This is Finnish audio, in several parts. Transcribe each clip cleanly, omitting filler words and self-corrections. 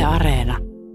Areena.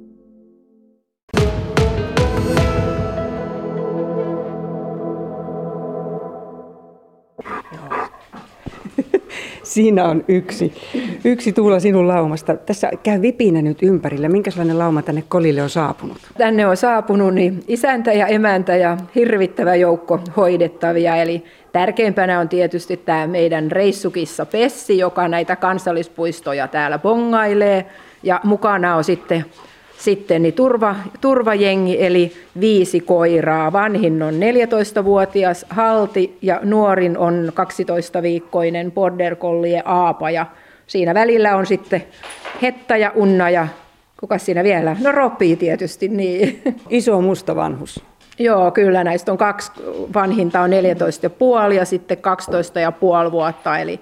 Siinä on yksi Tuula sinun laumasta. Tässä käy vipinä nyt ympärillä. Minkälainen lauma tänne Kolille on saapunut? Tänne on saapunut niin isäntä ja emäntä ja hirvittävä joukko hoidettavia. Eli tärkeimpänä on tietysti tämä meidän reissukissa Pessi, joka näitä kansallispuistoja täällä bongailee. Ja mukana on sitten niin turvajengi, eli 5 koiraa. Vanhin on 14-vuotias Halti ja nuorin on 12-viikkoinen border collie Aapa. Ja siinä välillä on sitten Hetta ja Unna ja kuka siinä vielä? No Ropi tietysti. Niin. Iso musta vanhus. Joo, kyllä näistä on 2, vanhinta on 14,5 ja sitten 12,5 vuotta. Eli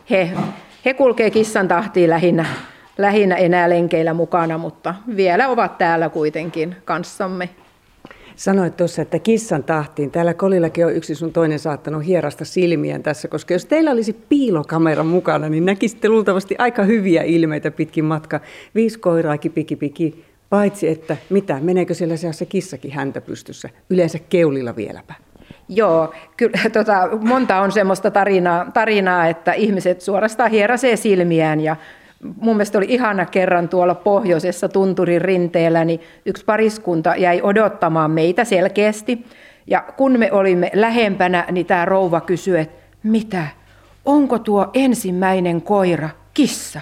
he kulkee kissan tahtiin lähinnä enää lenkeillä mukana, mutta vielä ovat täällä kuitenkin kanssamme. Sanoit tuossa, että kissan tahtiin. Täällä Kolillakin on yksi sun toinen saattanut hierasta silmiään tässä, koska jos teillä olisi piilokamera mukana, niin näkisitte luultavasti aika hyviä ilmeitä pitkin matka. 5 koiraa kipikipiki, paitsi että meneekö siellä se kissakin häntä pystyssä? Yleensä keulilla vieläpä. Joo, kyllä monta on semmoista tarinaa, että ihmiset suorastaan hierasee silmiään ja mun mielestä oli ihana kerran tuolla pohjoisessa tunturin rinteellä, niin yksi pariskunta jäi odottamaan meitä selkeästi. Ja kun me olimme lähempänä, niin tämä rouva kysyi, että mitä, onko tuo ensimmäinen koira kissa?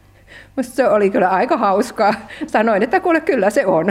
Musta se oli kyllä aika hauskaa. Sanoin, että kuule, kyllä se on.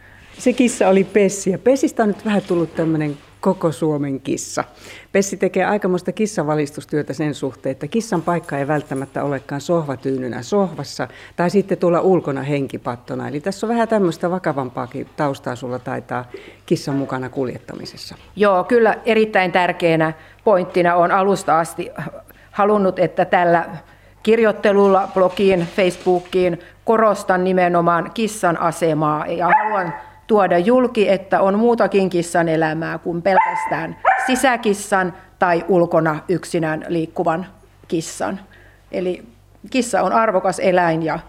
Se kissa oli Pessi, ja Pessistä on nyt vähän tullut tämmöinen koko Suomen kissa. Pessi tekee aikamoista kissavalistustyötä sen suhteen, että kissan paikka ei välttämättä olekaan sohvatyynynä sohvassa tai sitten tuolla ulkona henkipattona. Eli tässä on vähän tämmöistä vakavampaakin taustaa sulla taitaa kissan mukana kuljettamisessa. Joo, kyllä erittäin tärkeänä pointtina on alusta asti halunnut, että tällä kirjoittelulla, blogiin, Facebookiin korostan nimenomaan kissan asemaa ja haluan tuoda julki, että on muutakin kissan elämää kuin pelkästään sisäkissan tai ulkona yksinään liikkuvan kissan. Eli kissa on arvokas eläin ja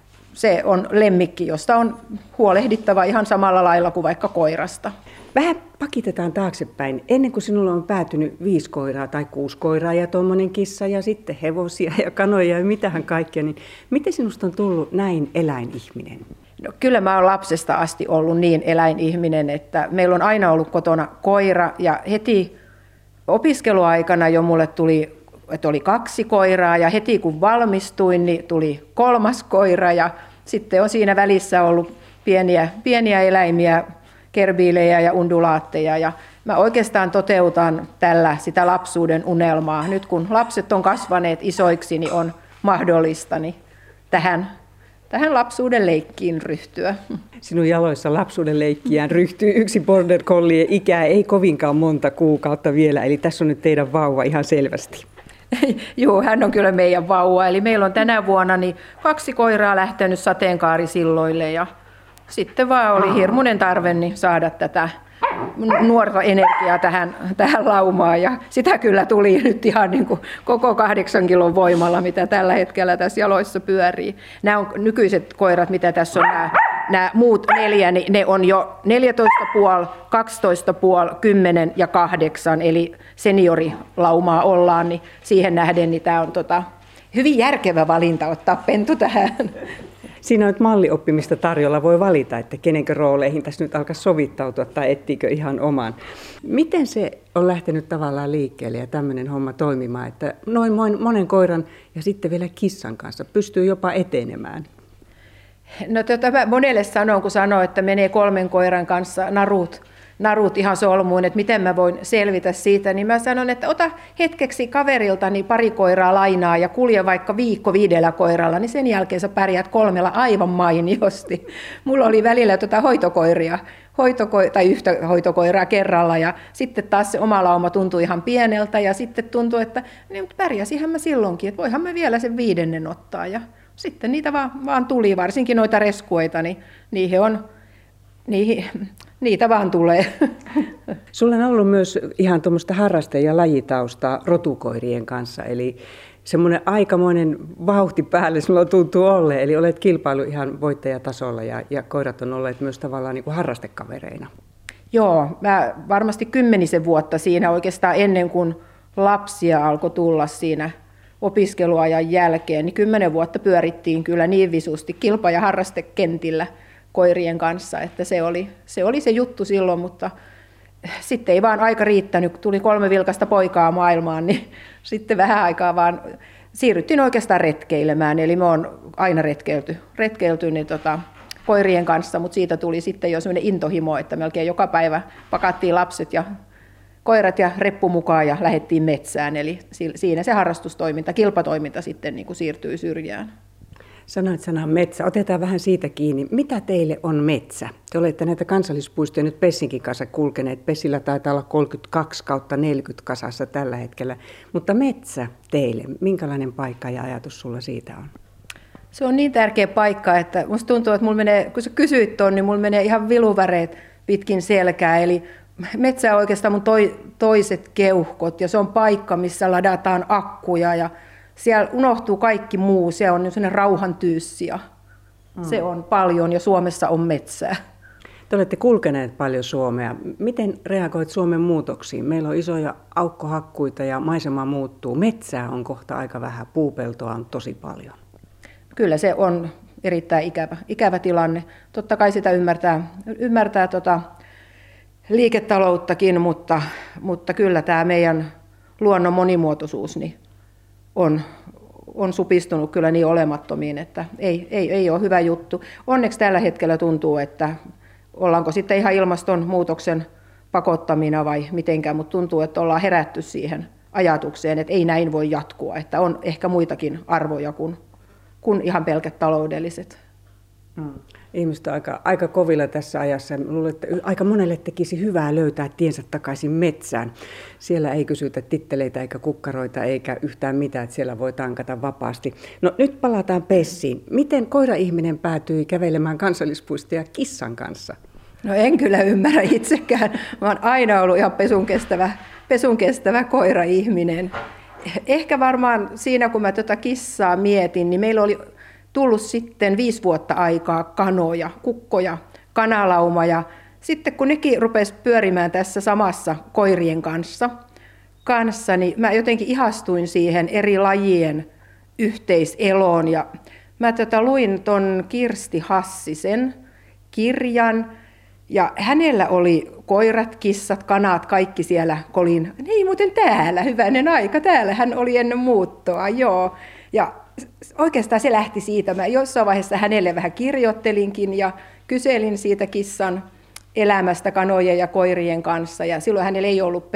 se on lemmikki, josta on huolehdittava ihan samalla lailla kuin vaikka koirasta. Vähän pakitetaan taaksepäin. Ennen kuin sinulla on päätynyt 5 koiraa tai 6 koiraa ja tuommoinen kissa ja sitten hevosia ja kanoja ja mitähän kaikkea, niin miten sinusta on tullut näin eläinihminen? No, kyllä mä oon lapsesta asti ollut niin eläinihminen, että meillä on aina ollut kotona koira ja heti opiskeluaikana jo mulle tuli, että oli 2 koiraa ja heti kun valmistuin, niin tuli 3. koira ja sitten on siinä välissä ollut pieniä eläimiä, kerbiilejä ja undulaatteja ja mä oikeastaan toteutan tällä sitä lapsuuden unelmaa. Nyt kun lapset on kasvaneet isoiksi, niin on mahdollista niin tähän lapsuuden leikkiin ryhtyä. Sinun jaloissa lapsuuden leikkiään ryhtyy yksi border collie, ikää ei kovinkaan monta kuukautta vielä, eli tässä on nyt teidän vauva ihan selvästi. Joo, hän on kyllä meidän vauva, eli meillä on tänä vuonna niin 2 koiraa lähtenyt sateenkaarisilloille ja sitten vaan oli hirmuinen tarve niin saada tätä nuorta energiaa tähän laumaan ja sitä kyllä tuli nyt ihan niin kuin koko 8 kilon voimalla, mitä tällä hetkellä tässä jaloissa pyörii. Nämä on nykyiset koirat, mitä tässä on nämä muut 4, niin ne on jo 14,5, 12,5, 10 ja 8, eli seniorilaumaa ollaan, niin siihen nähden niin tämä on hyvin järkevä valinta ottaa pentu tähän. Siinä on nyt mallioppimista tarjolla, voi valita, että kenenkö rooleihin tässä nyt alkaa sovittautua tai etsiikö ihan oman. Miten se on lähtenyt tavallaan liikkeelle ja tämmöinen homma toimimaan, että noin monen koiran ja sitten vielä kissan kanssa pystyy jopa etenemään? No mä monelle sanon, kun sanoo, että menee 3 koiran kanssa narut ihan solmuun, että miten mä voin selvitä siitä, niin mä sanon, että ota hetkeksi kaveriltani 2 koiraa lainaa ja kulje vaikka viikko 5 koiralla, niin sen jälkeen sä pärjät 3 aivan mainiosti. Mulla oli välillä hoitokoiria, tai yhtä hoitokoiraa kerralla ja sitten taas se oma lauma tuntui ihan pieneltä ja sitten tuntui, että niin pärjäsinhän mä silloinkin, että voihan mä vielä sen 5. ottaa ja sitten niitä vaan tuli, varsinkin noita reskueita, niin niitä vaan tulee. Sulla on ollut myös ihan tuommoista harraste- ja lajitaustaa rotukoirien kanssa, eli semmoinen aikamoinen vauhti päälle sinulla tuntuu olleen, eli olet kilpailu ihan voittajatasolla ja koirat on olleet myös tavallaan niin kuin harrastekavereina. Joo, mä varmasti 10 vuotta siinä oikeastaan ennen kuin lapsia alkoi tulla siinä opiskeluajan jälkeen, niin 10 vuotta pyörittiin kyllä niin visusti kilpa- ja harrastekentillä koirien kanssa, että se oli se juttu silloin, mutta sitten ei vaan aika riittänyt, kun tuli 3 vilkasta poikaa maailmaan, niin sitten vähän aikaa vaan siirryttiin oikeastaan retkeilemään, eli me on aina retkeilty niin koirien kanssa, mutta siitä tuli sitten jo sellainen intohimo, että melkein joka päivä pakattiin lapset ja koirat ja reppu mukaan ja lähdettiin metsään, eli siinä se harrastustoiminta, kilpatoiminta sitten niin kuin siirtyi syrjään. Sanoit sanan metsä. Otetaan vähän siitä kiinni. Mitä teille on metsä? Te olette näitä kansallispuistoja nyt Pessinkin kanssa kulkeneet. Pessillä taitaa olla 32/40 kasassa tällä hetkellä. Mutta metsä teille, minkälainen paikka ja ajatus sulla siitä on? Se on niin tärkeä paikka, että musta tuntuu, että mulla menee, kun sä kysyit ton, niin mulla menee ihan viluväreet pitkin selkää. Eli metsä on oikeastaan mun toiset keuhkot ja se on paikka, missä ladataan akkuja ja siellä unohtuu kaikki muu. Se on sellainen rauhantyyssy ja se on paljon ja Suomessa on metsää. Te olette kulkeneet paljon Suomea. Miten reagoit Suomen muutoksiin? Meillä on isoja aukkohakkuita ja maisema muuttuu. Metsää on kohta aika vähän, puupeltoa on tosi paljon. Kyllä se on erittäin ikävä tilanne. Totta kai sitä ymmärtää liiketalouttakin, mutta kyllä tämä meidän luonnon monimuotoisuus niin on supistunut kyllä niin olemattomiin, että ei ole hyvä juttu. Onneksi tällä hetkellä tuntuu, että ollaanko sitten ihan ilmastonmuutoksen pakottamina vai mitenkään, mutta tuntuu, että ollaan herätty siihen ajatukseen, että ei näin voi jatkua, että on ehkä muitakin arvoja kuin ihan pelkät taloudelliset. Ihmiset on aika kovilla tässä ajassa. Luulen, että aika monelle tekisi hyvää löytää tiensä takaisin metsään. Siellä ei kysytä titteleitä eikä kukkaroita eikä yhtään mitään, että siellä voi tankata vapaasti. No nyt palataan Pessiin. Miten koira-ihminen päätyi kävelemään kansallispuistoja kissan kanssa? No en kyllä ymmärrä itsekään. Mä oon aina ollut ihan pesun kestävä koira-ihminen. Ehkä varmaan siinä, kun mä tuota kissaa mietin, niin meillä oli tullut sitten 5 vuotta aikaa kanoja, kukkoja, kanalauma ja sitten kun nekin rupesi pyörimään tässä samassa koirien kanssa, niin mä jotenkin ihastuin siihen eri lajien yhteiseloon ja mä luin ton Kirsti Hassisen kirjan ja hänellä oli koirat, kissat, kanat, kaikki siellä kolin. Ei muuten täällä, hyvänen aika, täällä hän oli ennen muuttoa, joo. Ja oikeastaan se lähti siitä. Mä jossain vaiheessa hänelle vähän kirjoittelinkin ja kyselin siitä kissan elämästä kanojen ja koirien kanssa. Ja silloin hänellä ei ollut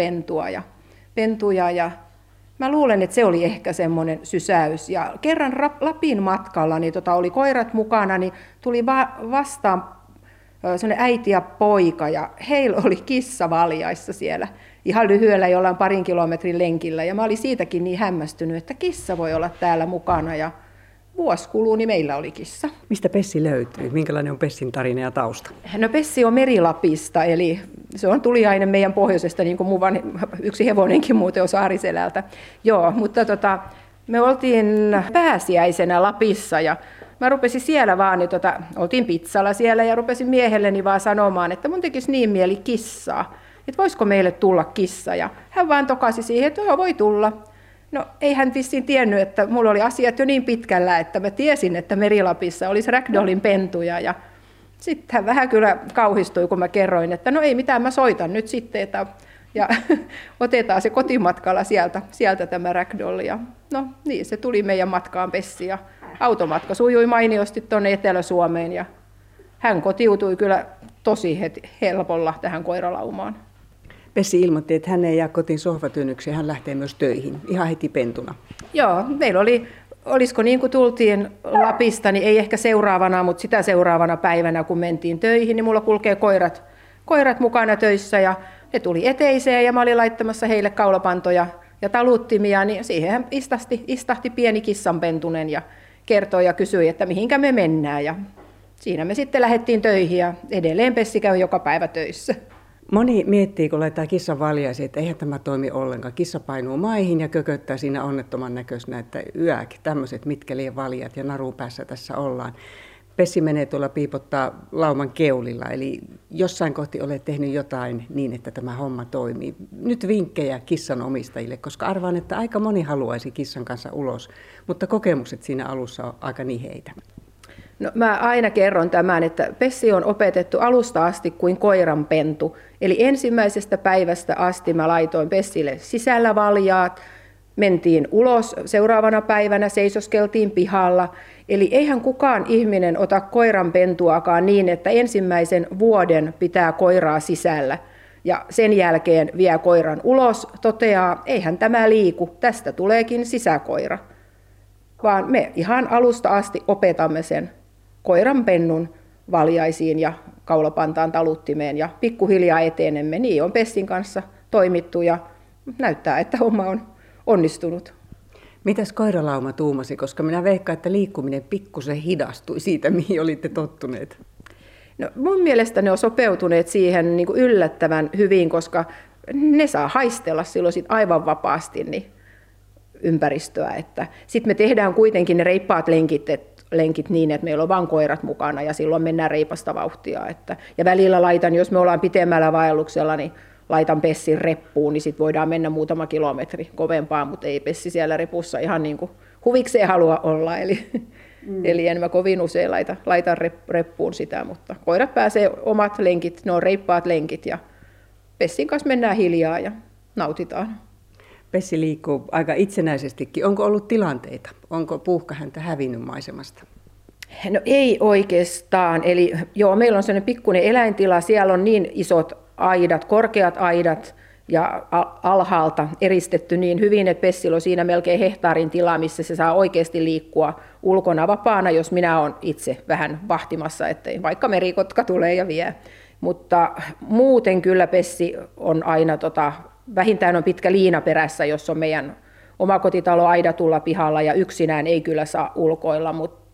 pentuja ja mä luulen, että se oli ehkä semmoinen sysäys. Ja kerran Lapin matkalla niin oli koirat mukana, niin tuli vastaan semmoinen äiti ja poika ja heillä oli kissa valjaissa siellä ihan lyhyellä jollain 2 kilometrin lenkillä ja mä olin siitäkin niin hämmästynyt, että kissa voi olla täällä mukana ja vuosi kuluu, niin meillä oli kissa. Mistä Pessi löytyy? Minkälainen on Pessin tarina ja tausta? No Pessi on Merilapista, eli se on tuliainen meidän pohjoisesta, niin kuin yksi hevonenkin muuten on Saariselältä. Joo, mutta me oltiin pääsiäisenä Lapissa ja mä rupesin siellä vaan, niin oltiin pizzalla siellä ja rupesin miehelleni vaan sanomaan, että mun tekisi niin mieli kissaa, että voisiko meille tulla kissa. Ja hän vaan tokasi siihen, että joo, voi tulla. No ei hän vissiin tiennyt, että mulla oli asiat jo niin pitkällä, että mä tiesin, että Merilapissa olisi ragdollin pentuja. Ja sitten hän vähän kyllä kauhistui, kun mä kerroin, että no ei mitään, mä soitan nyt sitten, ja otetaan se kotimatkalla sieltä tämä ragdoll. Ja no niin, se tuli meidän matkaan Pessi ja automatka sujui mainiosti tuonne Etelä-Suomeen ja hän kotiutui kyllä tosi helpolla tähän koiralaumaan. Pessi ilmoitti, että hän ei jää kotiin sohvatynnykseen, hän lähtee myös töihin, ihan heti pentuna. Joo, meillä olisiko niin kuin tultiin Lapista, niin ei ehkä seuraavana, mutta sitä seuraavana päivänä, kun mentiin töihin, niin mulla kulkee koirat mukana töissä ja ne tuli eteiseen ja mä olin laittamassa heille kaulapantoja ja taluttimia, niin siihen hän istahti pieni kissanpentunen ja kertoi ja kysyi, että mihinkä me mennään ja siinä me sitten lähdettiin töihin ja edelleen Pessi käy joka päivä töissä. Moni miettii, kun laittaa kissan valjaisiin, että eihän tämä toimi ollenkaan. Kissa painuu maihin ja kököttää siinä onnettoman näköisenä, että tämmöiset mitkä liian valjat ja narun päässä tässä ollaan. Pessi menee tuolla piipottaa lauman keulilla, eli jossain kohti olet tehnyt jotain niin, että tämä homma toimii. Nyt vinkkejä kissan omistajille, koska arvaan, että aika moni haluaisi kissan kanssa ulos, mutta kokemukset siinä alussa on aika niheitä. No, mä aina kerron tämän, että Pessi on opetettu alusta asti kuin koiranpentu. Eli ensimmäisestä päivästä asti mä laitoin Pessille sisällä valjaat, mentiin ulos seuraavana päivänä, seisoskeltiin pihalla. Eli eihän kukaan ihminen ota koiranpentuakaan niin, että ensimmäisen vuoden pitää koiraa sisällä ja sen jälkeen vie koiran ulos, toteaa, eihän tämä liiku, tästä tuleekin sisäkoira. Vaan me ihan alusta asti opetamme sen koiranpennun valjaisiin ja kaulapantaan taluttimeen ja pikkuhiljaa etenemme. Niin on Pessin kanssa toimittu ja näyttää, että homma on onnistunut. Mitäs koiralauma tuumasi, koska minä veikkaan, että liikkuminen pikkusen hidastui siitä, mihin olitte tottuneet? No, mun mielestä ne on sopeutuneet siihen niin kuin yllättävän hyvin, koska ne saa haistella silloin sit aivan vapaasti niin ympäristöä. Sitten me tehdään kuitenkin ne reippaat lenkit niin, että meillä on vain koirat mukana ja silloin mennään reipasta vauhtia. Ja välillä laitan, jos me ollaan pitemmällä vaelluksella, niin laitan Pessin reppuun, niin sitten voidaan mennä muutama kilometri kovempaa, mutta ei Pessi siellä repussa ihan niin kuin huvikseen halua olla. Eli en mä kovin usein laitan reppuun sitä, mutta koirat pääsee omat lenkit, ne on reippaat lenkit ja Pessin kanssa mennään hiljaa ja nautitaan. Pessi liikkuu aika itsenäisestikin. Onko ollut tilanteita? Onko puuhka häntä hävinnyt maisemasta? No ei oikeastaan. Eli joo, meillä on sellainen pikkuinen eläintila. Siellä on niin isot aidat, korkeat aidat ja alhaalta eristetty niin hyvin, että Pessillä on siinä melkein hehtaarin tila, missä se saa oikeasti liikkua ulkona vapaana, jos minä olen itse vähän vahtimassa, ettei vaikka merikotka tulee ja vie. Mutta muuten kyllä Pessi on aina vähintään on pitkä liina perässä, jos on meidän omakotitalo aidatulla pihalla ja yksinään ei kyllä saa ulkoilla,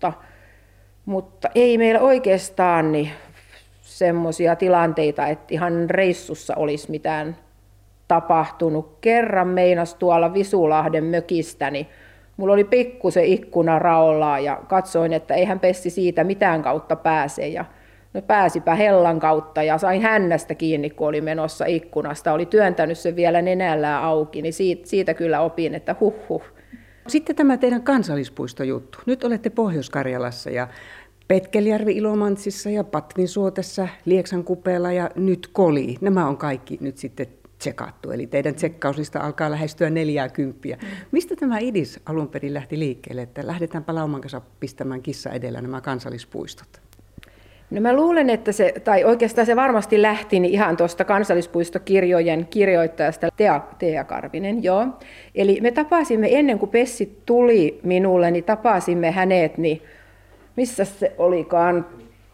mutta ei meillä oikeastaan niin semmoisia tilanteita, että ihan reissussa olisi mitään tapahtunut. Kerran meinas tuolla Visulahden mökistä, niin mulla oli pikkusen ikkuna raollaan ja katsoin, että eihän Pessi siitä mitään kautta pääse. Ja no pääsipä hellan kautta ja sain hännästä kiinni, kun oli menossa ikkunasta. Oli työntänyt sen vielä nenällään auki, niin siitä kyllä opin, että huh. Sitten tämä teidän kansallispuistojuttu. Nyt olette Pohjois-Karjalassa ja Petkeljärvi Ilomantsissa ja Patvinsuotessa, Lieksan kupeella ja nyt Koli. Nämä on kaikki nyt sitten tsekattu, eli teidän tsekkauslista alkaa lähestyä 40. Mistä tämä idis alun perin lähti liikkeelle, että lähdetäänpä lauman kanssa pistämään kissa edellä nämä kansallispuistot? No mä luulen, että oikeastaan se varmasti lähti niin ihan tuosta kansallispuistokirjojen kirjoittajasta Tea Karvinen, joo. Eli me tapasimme ennen kuin Pessi tuli minulle, niin tapasimme hänet, niin missä se olikaan?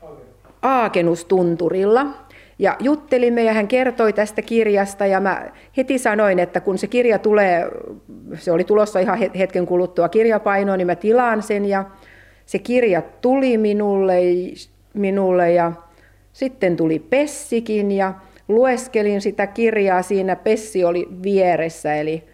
Aakenustunturilla. Ja juttelimme ja hän kertoi tästä kirjasta ja mä heti sanoin, että kun se kirja tulee, se oli tulossa ihan hetken kuluttua kirjapainoon, niin mä tilaan sen ja se kirja tuli minulle ja sitten tuli Pessikin ja lueskelin sitä kirjaa, siinä Pessi oli vieressä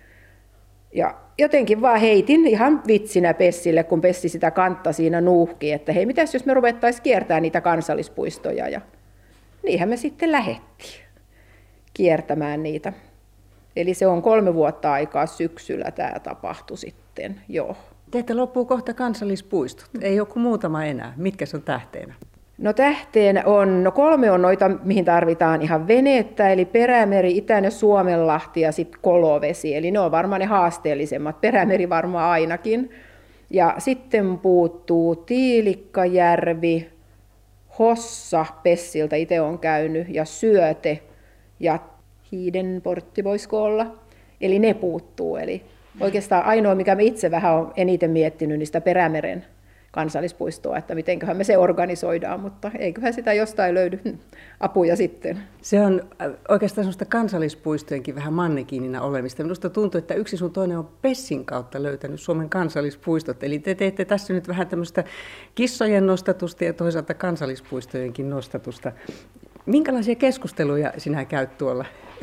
ja jotenkin vaan heitin ihan vitsinä Pessille, kun Pessi sitä kantta siinä nuuhki, että hei, mitäs jos me ruvettaisiin kiertämään niitä kansallispuistoja ja niinhän me sitten lähdettiin kiertämään niitä. Eli se on 3 vuotta aikaa syksyllä tämä tapahtui sitten, joo. Teiltä loppuu kohta kansallispuistot. Ei ole kuin muutama enää. Mitkä on tähteenä? No tähteenä on, 3 on noita, mihin tarvitaan ihan venettä, eli Perämeri, Itäinen Suomenlahti ja sitten Kolovesi. Eli ne on varmaan ne haasteellisemmat, Perämeri varmaan ainakin. Ja sitten puuttuu Tiilikkajärvi, Hossa Pessiltä itse on käynyt, ja Syöte ja Hiidenportti voisiko olla. Eli ne puuttuu. Eli oikeastaan ainoa, mikä me itse vähän on eniten miettinyt, niin sitä Perämeren kansallispuistoa, että mitenköhän me se organisoidaan, mutta eiköhän sitä jostain löydy apuja sitten. Se on oikeastaan sellaista kansallispuistojenkin vähän mannekiinina olemista. Minusta tuntuu, että yksi sun toinen on Pessin kautta löytänyt Suomen kansallispuistot. Eli te teette tässä nyt vähän tämmöistä kissojen nostatusta ja toisaalta kansallispuistojenkin nostatusta. Minkälaisia keskusteluja sinä käyt tuolla?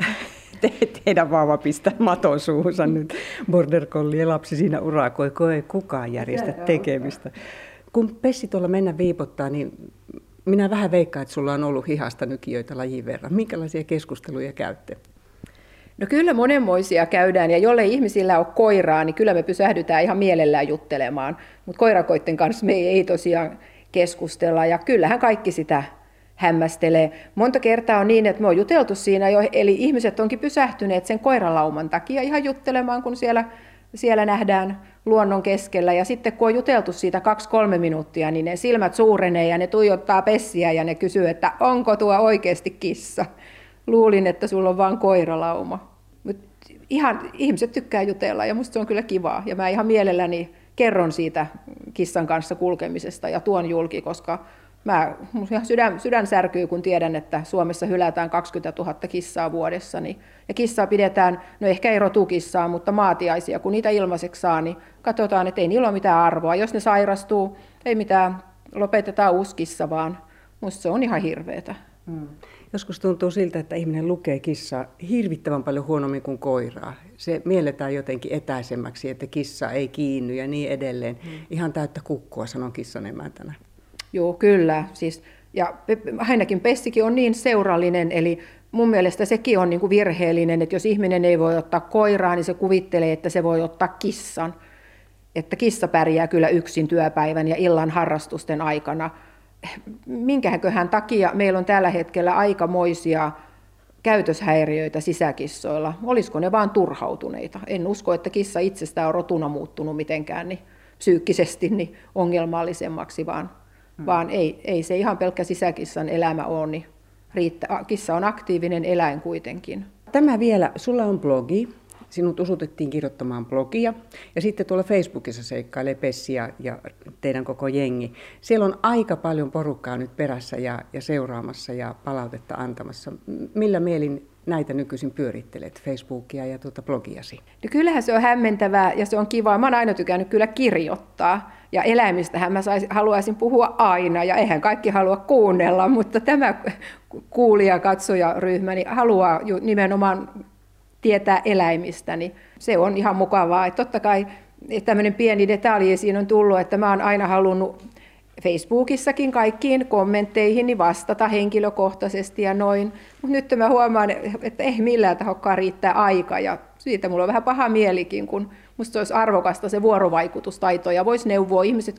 Teidän vauva pistää maton suuhunsa nyt. Border collie ja lapsi siinä urakoi, kun ei kukaan järjestä tekemistä. Kun Pessi tuolla mennä viipottaa, niin minä vähän veikkaan, että sulla on ollut hihasta nykijöitä lajin verran. Minkälaisia keskusteluja käytte? No kyllä monenmoisia käydään, ja jollei ihmisillä ole koiraa, niin kyllä me pysähdytään ihan mielellään juttelemaan. Mutta koirakoitten kanssa me ei tosiaan keskustella, ja kyllähän kaikki sitä hämmästelee. Monta kertaa on niin, että me on juteltu siinä jo, eli ihmiset onkin pysähtyneet sen koiralauman takia ihan juttelemaan, kun siellä nähdään luonnon keskellä. Ja sitten kun on juteltu siitä 2-3 minuuttia, niin ne silmät suurenee ja ne tuijottaa Pessiä ja ne kysyy, että onko tuo oikeasti kissa. Luulin, että sulla on vain koiralauma. Mut ihan ihmiset tykkää jutella ja musta se on kyllä kivaa. Ja mä ihan mielelläni kerron siitä kissan kanssa kulkemisesta ja tuon julki, koska mun sydän särkyy, kun tiedän, että Suomessa hylätään 20 000 kissaa vuodessa. Ja kissaa pidetään, no ehkä ei rotukissaa, mutta maatiaisia. Kun niitä ilmaiseksi saa, niin katsotaan, että ei niillä ole mitään arvoa. Jos ne sairastuu, ei mitään, lopetetaan uusi kissa, vaan musta se on ihan hirveetä. Joskus tuntuu siltä, että ihminen lukee kissaa hirvittävän paljon huonommin kuin koiraa. Se mielletään jotenkin etäisemmäksi, että kissa ei kiinny ja niin edelleen. Ihan täyttä kukkua, sanon kissan emäntänä. Joo, kyllä. Ja ainakin Pessikin on niin seurallinen, eli mun mielestä sekin on niin kuin virheellinen, että jos ihminen ei voi ottaa koiraa, niin se kuvittelee, että se voi ottaa kissan. Että kissa pärjää kyllä yksin työpäivän ja illan harrastusten aikana. Minkäköhän takia meillä on tällä hetkellä aikamoisia käytöshäiriöitä sisäkissoilla? Olisiko ne vaan turhautuneita? En usko, että kissa itsestään on rotuna muuttunut mitenkään psyykkisesti ongelmallisemmaksi, vaan ei se ihan pelkkä sisäkissan elämä ole, niin kissa on aktiivinen eläin kuitenkin. Tämä vielä, sulla on blogi, sinut usutettiin kirjoittamaan blogia ja sitten tuolla Facebookissa seikkailee Pessi ja teidän koko jengi. Siellä on aika paljon porukkaa nyt perässä ja seuraamassa ja palautetta antamassa. Millä mielin näitä nykyisin pyörittelet, Facebookia ja blogiasi? No kyllähän se on hämmentävää ja se on kivaa. Mä oon aina tykännyt kyllä kirjoittaa ja eläimistähän mä haluaisin puhua aina ja eihän kaikki halua kuunnella, mutta tämä kuulija-katsojaryhmä niin haluaa nimenomaan tietää eläimistä, niin se on ihan mukavaa. Että totta kai tämmöinen pieni detalji siinä on tullut, että mä oon aina halunnut Facebookissakin kaikkiin kommentteihin vastata henkilökohtaisesti ja noin. Mutta nyt mä huomaan, että ei millään tahokkaan riittää aika ja siitä mulla on vähän paha mielikin, kun musta se olisi arvokasta se vuorovaikutustaito ja voisi neuvoa. Ihmiset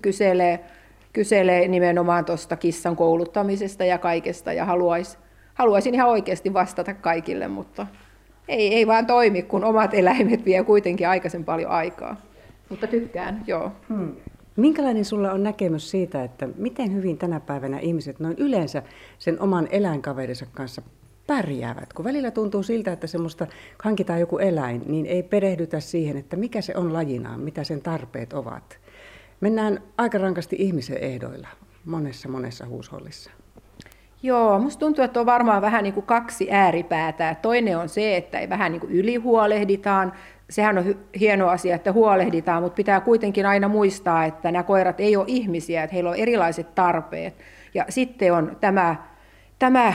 kyselee nimenomaan tuosta kissan kouluttamisesta ja kaikesta ja haluaisin ihan oikeasti vastata kaikille, mutta ei vaan toimi, kun omat eläimet vie kuitenkin aikaisen paljon aikaa. Mutta tykkään, joo. Minkälainen sulla on näkemys siitä, että miten hyvin tänä päivänä ihmiset noin yleensä sen oman eläinkaverinsa kanssa pärjäävät? Kun välillä tuntuu siltä, että semmoista hankitaan joku eläin, niin ei perehdytä siihen, että mikä se on lajinaan, mitä sen tarpeet ovat. Mennään aika rankasti ihmisen ehdoilla monessa huushollissa. Joo, musta tuntuu, että on varmaan vähän niin kuin kaksi ääripäätä. Toinen on se, että vähän niin kuin ylihuolehditaan. Sehän on hieno asia, että huolehditaan, mutta pitää kuitenkin aina muistaa, että nämä koirat ei ole ihmisiä, että heillä on erilaiset tarpeet. Ja sitten on tämä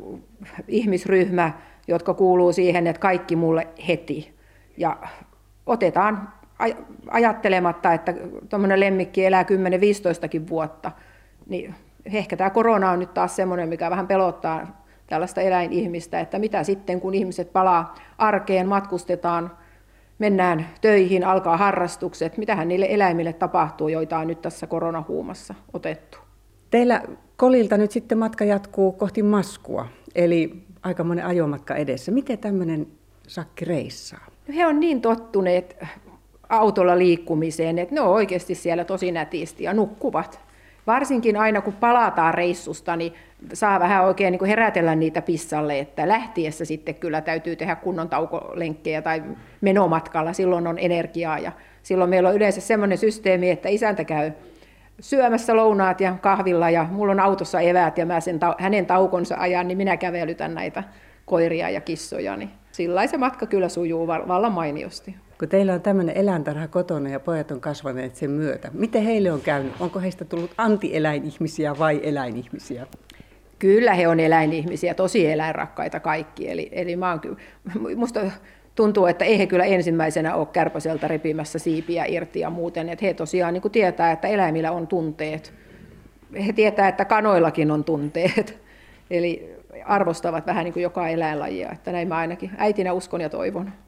ihmisryhmä, jotka kuuluu siihen, että kaikki mulle heti. Ja otetaan ajattelematta, että tuommoinen lemmikki elää 10-15 vuotta, niin ehkä tämä korona on nyt taas semmoinen, mikä vähän pelottaa tällaista eläinihmistä, että mitä sitten, kun ihmiset palaa arkeen, matkustetaan, mennään töihin, alkaa harrastukset, mitähän niille eläimille tapahtuu, joita on nyt tässä koronahuumassa otettu. Teillä Kolilta nyt sitten matka jatkuu kohti Maskua, eli aikamoinen ajomatka edessä. Miten tämmöinen sakki reissaa? He on niin tottuneet autolla liikkumiseen, että ne on oikeasti siellä tosi nätisti ja nukkuvat. Varsinkin aina kun palataan reissusta, niin saa vähän oikein niin kuin herätellä niitä pissalle, että lähtiessä sitten kyllä täytyy tehdä kunnon taukolenkkejä tai menomatkalla, silloin on energiaa ja silloin meillä on yleensä semmoinen systeemi, että isäntä käy syömässä lounaat ja kahvilla ja mulla on autossa eväät ja mä hänen taukonsa ajan, niin minä kävelytän näitä koiria ja kissoja, niin sillä se matka kyllä sujuu vallan mainiosti. Kun teillä on tämmöinen eläintarha kotona ja pojat on kasvaneet sen myötä, miten heille on käynyt? Onko heistä tullut anti-eläinihmisiä vai eläinihmisiä? Kyllä he on eläinihmisiä, tosi eläinrakkaita kaikki. Eli musta tuntuu, että ei he kyllä ensimmäisenä ole kärpäseltä repimässä siipiä irti ja muuten. Että he tosiaan niin kuin tietää, että eläimillä on tunteet. He tietää, että kanoillakin on tunteet. Eli arvostavat vähän niin kuin joka eläinlajia. Että näin mä ainakin äitinä uskon ja toivon.